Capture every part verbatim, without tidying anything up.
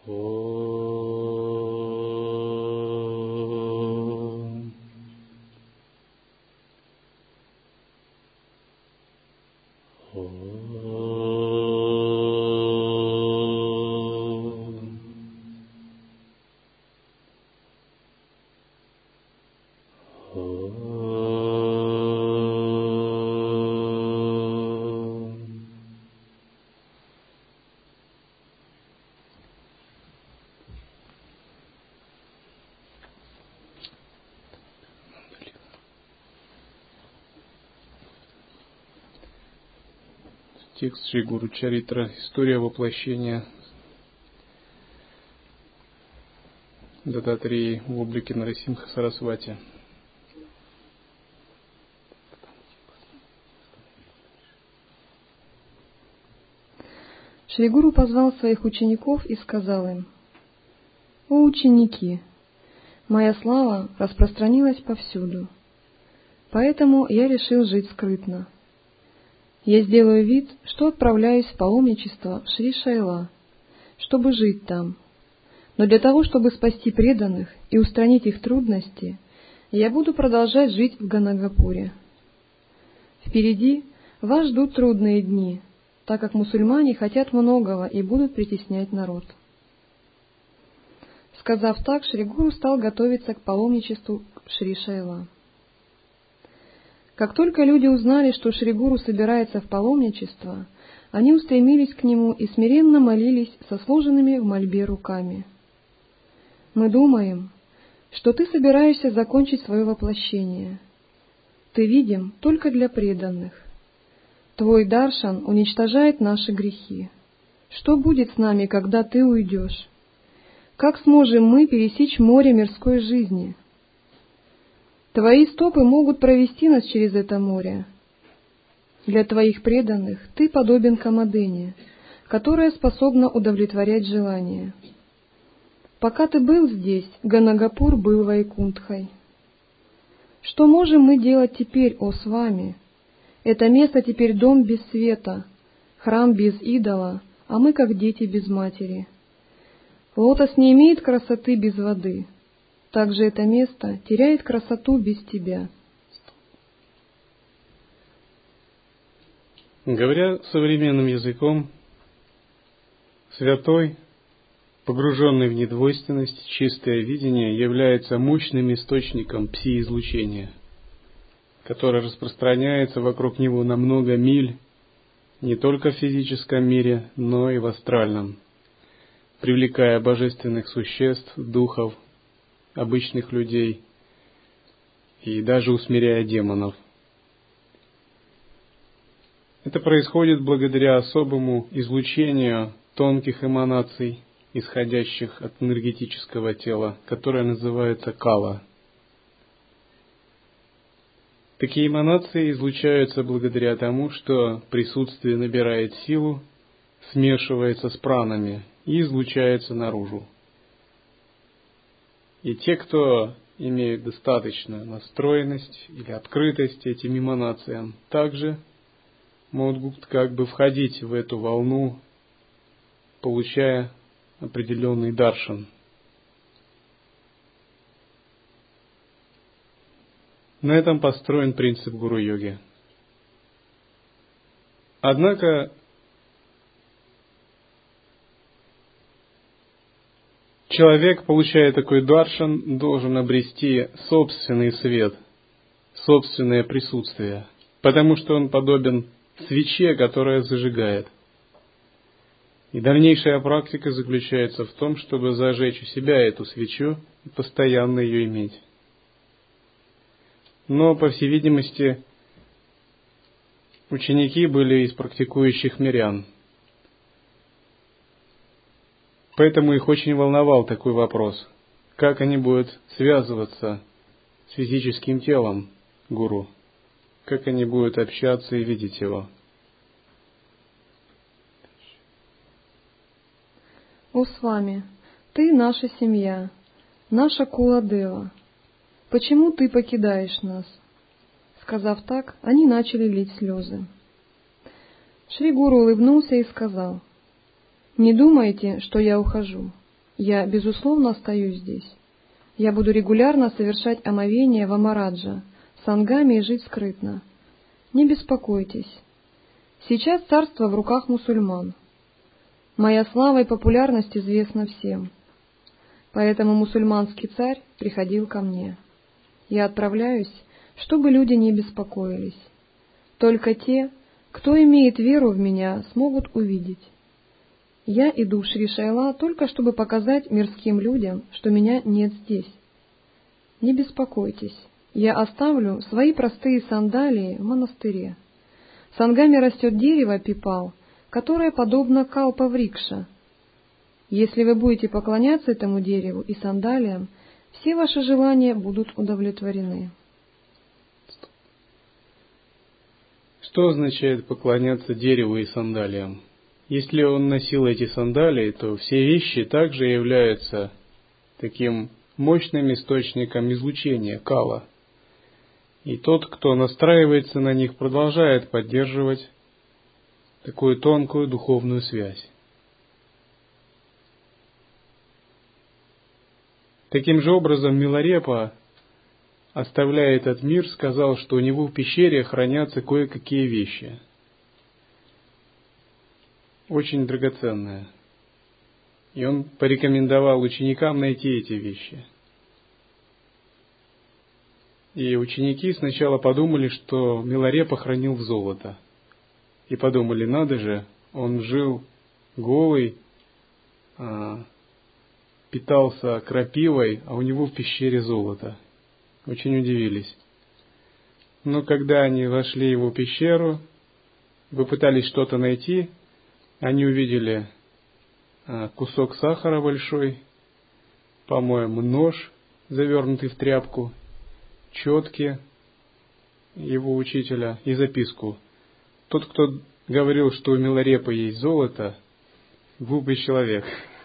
Текст Шри Гуру Чаритра. История воплощения Даттатрии в облике Нарасимха Сарасвати. Шри Гуру позвал своих учеников и сказал им: «О ученики, моя слава распространилась повсюду, поэтому я решил жить скрытно. Я сделаю вид, что отправляюсь в паломничество в Шри-Шайла, чтобы жить там. Но для того, чтобы спасти преданных и устранить их трудности, я буду продолжать жить в Ганагапуре. Впереди вас ждут трудные дни, так как мусульмане хотят многого и будут притеснять народ». Сказав так, Шри Гуру стал готовиться к паломничеству в Шри-Шайла. Как только люди узнали, что Шри Гуру собирается в паломничество, они устремились к нему и смиренно молились со сложенными в мольбе руками. «Мы думаем, что ты собираешься закончить свое воплощение. Ты видим только для преданных. Твой даршан уничтожает наши грехи. Что будет с нами, когда ты уйдешь? Как сможем мы пересечь море мирской жизни? Твои стопы могут провести нас через это море. Для твоих преданных ты подобен Камадыне, которая способна удовлетворять желания. Пока ты был здесь, Ганагапур был Вайкунтхой. Что можем мы делать теперь, о с вами? Это место теперь дом без света, храм без идола, а мы как дети без матери. Лотос не имеет красоты без воды. Также это место теряет красоту без тебя». Говоря современным языком, святой, погруженный в недвойственность, чистое видение является мощным источником пси-излучения, которое распространяется вокруг него на много миль, не только в физическом мире, но и в астральном, привлекая божественных существ, духов, обычных людей и даже усмиряя демонов. Это происходит благодаря особому излучению тонких эманаций, исходящих от энергетического тела, которое называется кала. Такие эманации излучаются благодаря тому, что присутствие набирает силу, смешивается с пранами и излучается наружу. И те, кто имеют достаточную настроенность или открытость этим эманациям, также могут как бы входить в эту волну, получая определенный даршан. На этом построен принцип гуру-йоги. Однако человек, получая такой даршан, должен обрести собственный свет, собственное присутствие, потому что он подобен свече, которая зажигает. И дальнейшая практика заключается в том, чтобы зажечь у себя эту свечу и постоянно ее иметь. Но, по всей видимости, ученики были из практикующих мирян. Поэтому их очень волновал такой вопрос: как они будут связываться с физическим телом гуру, как они будут общаться и видеть его. «О с вами, ты наша семья, наша Кула-дева. Почему ты покидаешь нас?» Сказав так, они начали лить слезы. Шри Гуру улыбнулся и сказал: «Не думайте, что я ухожу. я, безусловно, остаюсь здесь. Я буду регулярно совершать омовение в Амараджа, сангами и жить скрытно. Не беспокойтесь. Сейчас царство в руках мусульман. Моя слава и популярность известна всем. Поэтому мусульманский царь приходил ко мне. Я отправляюсь, чтобы люди не беспокоились. Только те, кто имеет веру в меня, смогут увидеть. Я иду в Шри-Шайла только чтобы показать мирским людям, что меня нет здесь. Не беспокойтесь, я оставлю свои простые сандалии в монастыре. Сангами растет дерево пипал, которое подобно калпа-врикша. Если вы будете поклоняться этому дереву и сандалиям, все ваши желания будут удовлетворены. Что означает поклоняться дереву и сандалиям? Если он носил эти сандалии, то все вещи также являются таким мощным источником излучения, кала. И тот, кто настраивается на них, продолжает поддерживать такую тонкую духовную связь. Таким же образом Миларепа, оставляя этот мир, сказал, что у него в пещере хранятся кое-какие вещи, очень драгоценные. И он порекомендовал ученикам найти эти вещи. И ученики сначала подумали, что Миларепа хранил золото. И подумали, надо же, он жил голый, питался крапивой, а у него в пещере золото. Очень удивились. Но когда они вошли в его пещеру, попытались что-то найти, они увидели кусок сахара большой, по-моему, нож, завернутый в тряпку, четки его учителя и записку. Тот, кто говорил, что у Миларепы есть золото, глупый человек.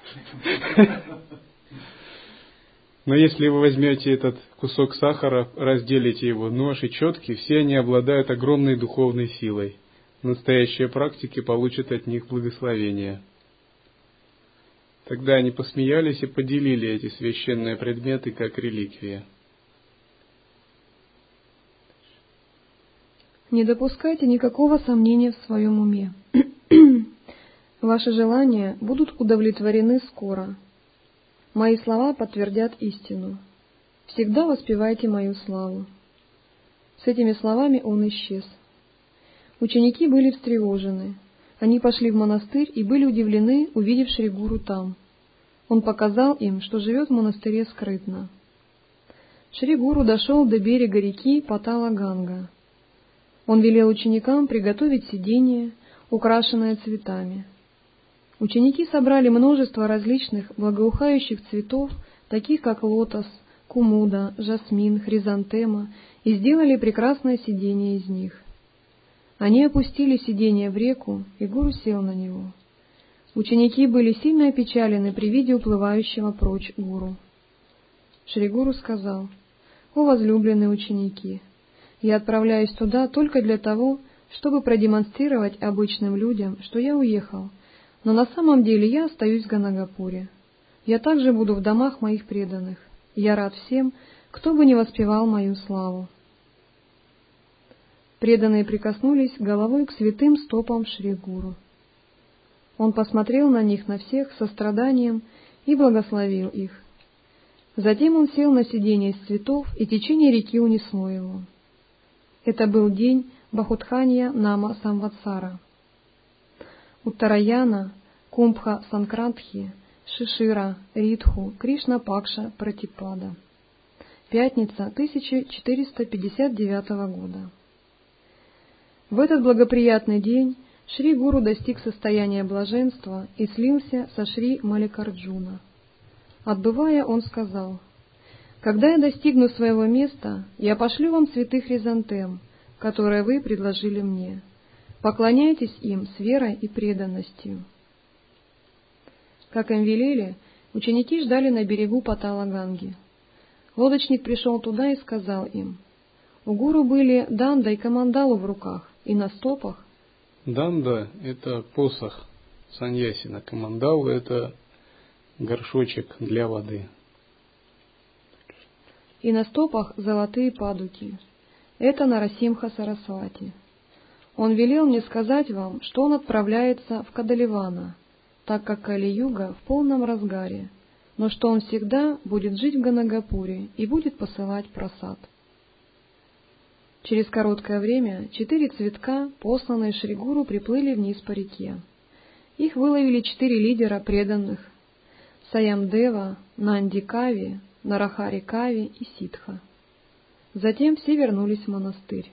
Но если вы возьмете этот кусок сахара, разделите его, нож и четки, все они обладают огромной духовной силой. Настоящие практики получат от них благословение. Тогда они посмеялись и поделили эти священные предметы как реликвии. Не допускайте никакого сомнения в своем уме. Ваши желания будут удовлетворены скоро. Мои слова подтвердят истину. Всегда воспевайте мою славу. С этими словами он исчез. Ученики были встревожены. Они пошли в монастырь и были удивлены, увидев Шри Гуру там. Он показал им, что живет в монастыре скрытно. Шри Гуру дошел до берега реки Патала-Ганга. Он велел ученикам приготовить сиденье, украшенное цветами. Ученики собрали множество различных благоухающих цветов, таких как лотос, кумуда, жасмин, хризантема, и сделали прекрасное сиденье из них. Они опустили сиденье в реку, и Гуру сел на него. Ученики были сильно опечалены при виде уплывающего прочь Гуру. Шри Гуру сказал: «О возлюбленные ученики, я отправляюсь туда только для того, чтобы продемонстрировать обычным людям, что я уехал, но на самом деле я остаюсь в Ганагапуре. Я также буду в домах моих преданных. Я рад всем, кто бы не воспевал мою славу». Преданные прикоснулись головой к святым стопам Шри Гуру. Он посмотрел на них на всех со страданием и благословил их. Затем он сел на сиденье из цветов, и течение реки унесло его. Это был день Бахутханья Нама Самватсара. Уттараяна, Кумбха Санкрантхи, Шишира, Ритху, Кришна Пакша Пратипада. Пятница тысяча четыреста пятьдесят девятого года. В этот благоприятный день Шри Гуру достиг состояния блаженства и слился со Шри Маликарджуна. Отбывая, он сказал: «Когда я достигну своего места, я пошлю вам цветы хризантем, которые вы предложили мне. Поклоняйтесь им с верой и преданностью». Как им велели, ученики ждали на берегу Патала-Ганги. Лодочник пришел туда и сказал им: «У Гуру были данда и камандалу в руках, и на стопах». Данда — это посох саньясина, камандал — это горшочек для воды. И на стопах золотые падуки. Это Нарасимха Сарасвати. Он велел мне сказать вам, что он отправляется в Кадаливана, так как Кали-юга в полном разгаре, но что он всегда будет жить в Ганагапуре и будет посылать прасад. Через короткое время четыре цветка, посланные Шри Гуру, приплыли вниз по реке. Их выловили четыре лидера преданных — Саямдева, Нанди-Кави, Нарахари-Кави и Ситха. Затем все вернулись в монастырь.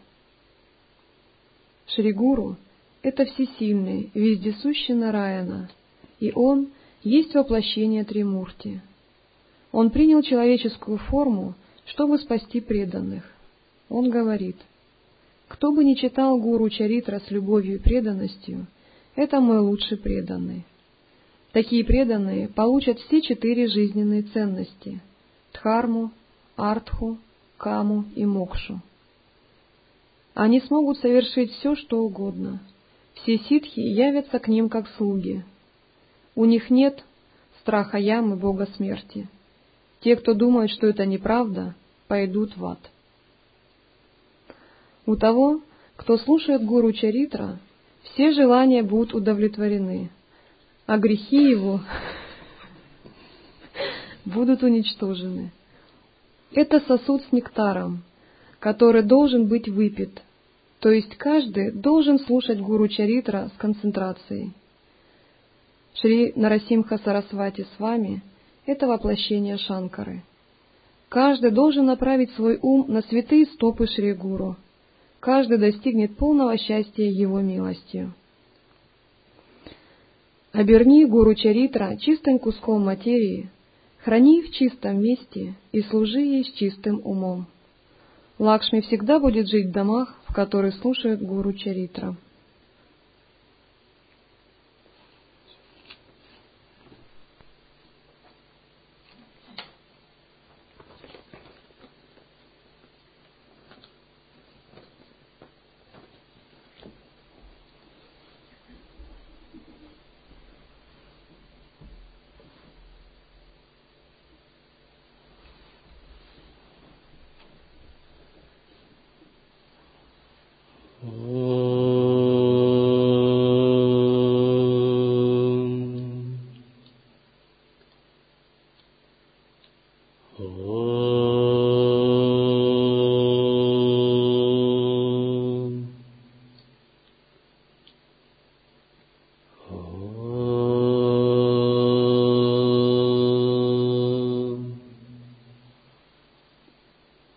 Шри Гуру — это всесильный, вездесущий Нараяна, и он есть воплощение Тримурти. Он принял человеческую форму, чтобы спасти преданных. Он говорит: «Кто бы ни читал Гуру Чаритра с любовью и преданностью, это мой лучший преданный». Такие преданные получат все четыре жизненные ценности — дхарму, артху, каму и мокшу. Они смогут совершить все, что угодно. Все ситхи явятся к ним как слуги. У них нет страха ямы, бога смерти. Те, кто думает, что это неправда, пойдут в ад. У того, кто слушает Гуру Чаритра, все желания будут удовлетворены, а грехи его будут уничтожены. Это сосуд с нектаром, который должен быть выпит, то есть каждый должен слушать Гуру Чаритра с концентрацией. Шри Нарасимха Сарасвати с вами — это воплощение Шанкары. Каждый должен направить свой ум на святые стопы Шри Гуру. Каждый достигнет полного счастья его милостью. Оберни Гуру Чаритра чистым куском материи, храни в чистом месте и служи ей с чистым умом. Лакшми всегда будет жить в домах, в которых слушают Гуру Чаритра. Oh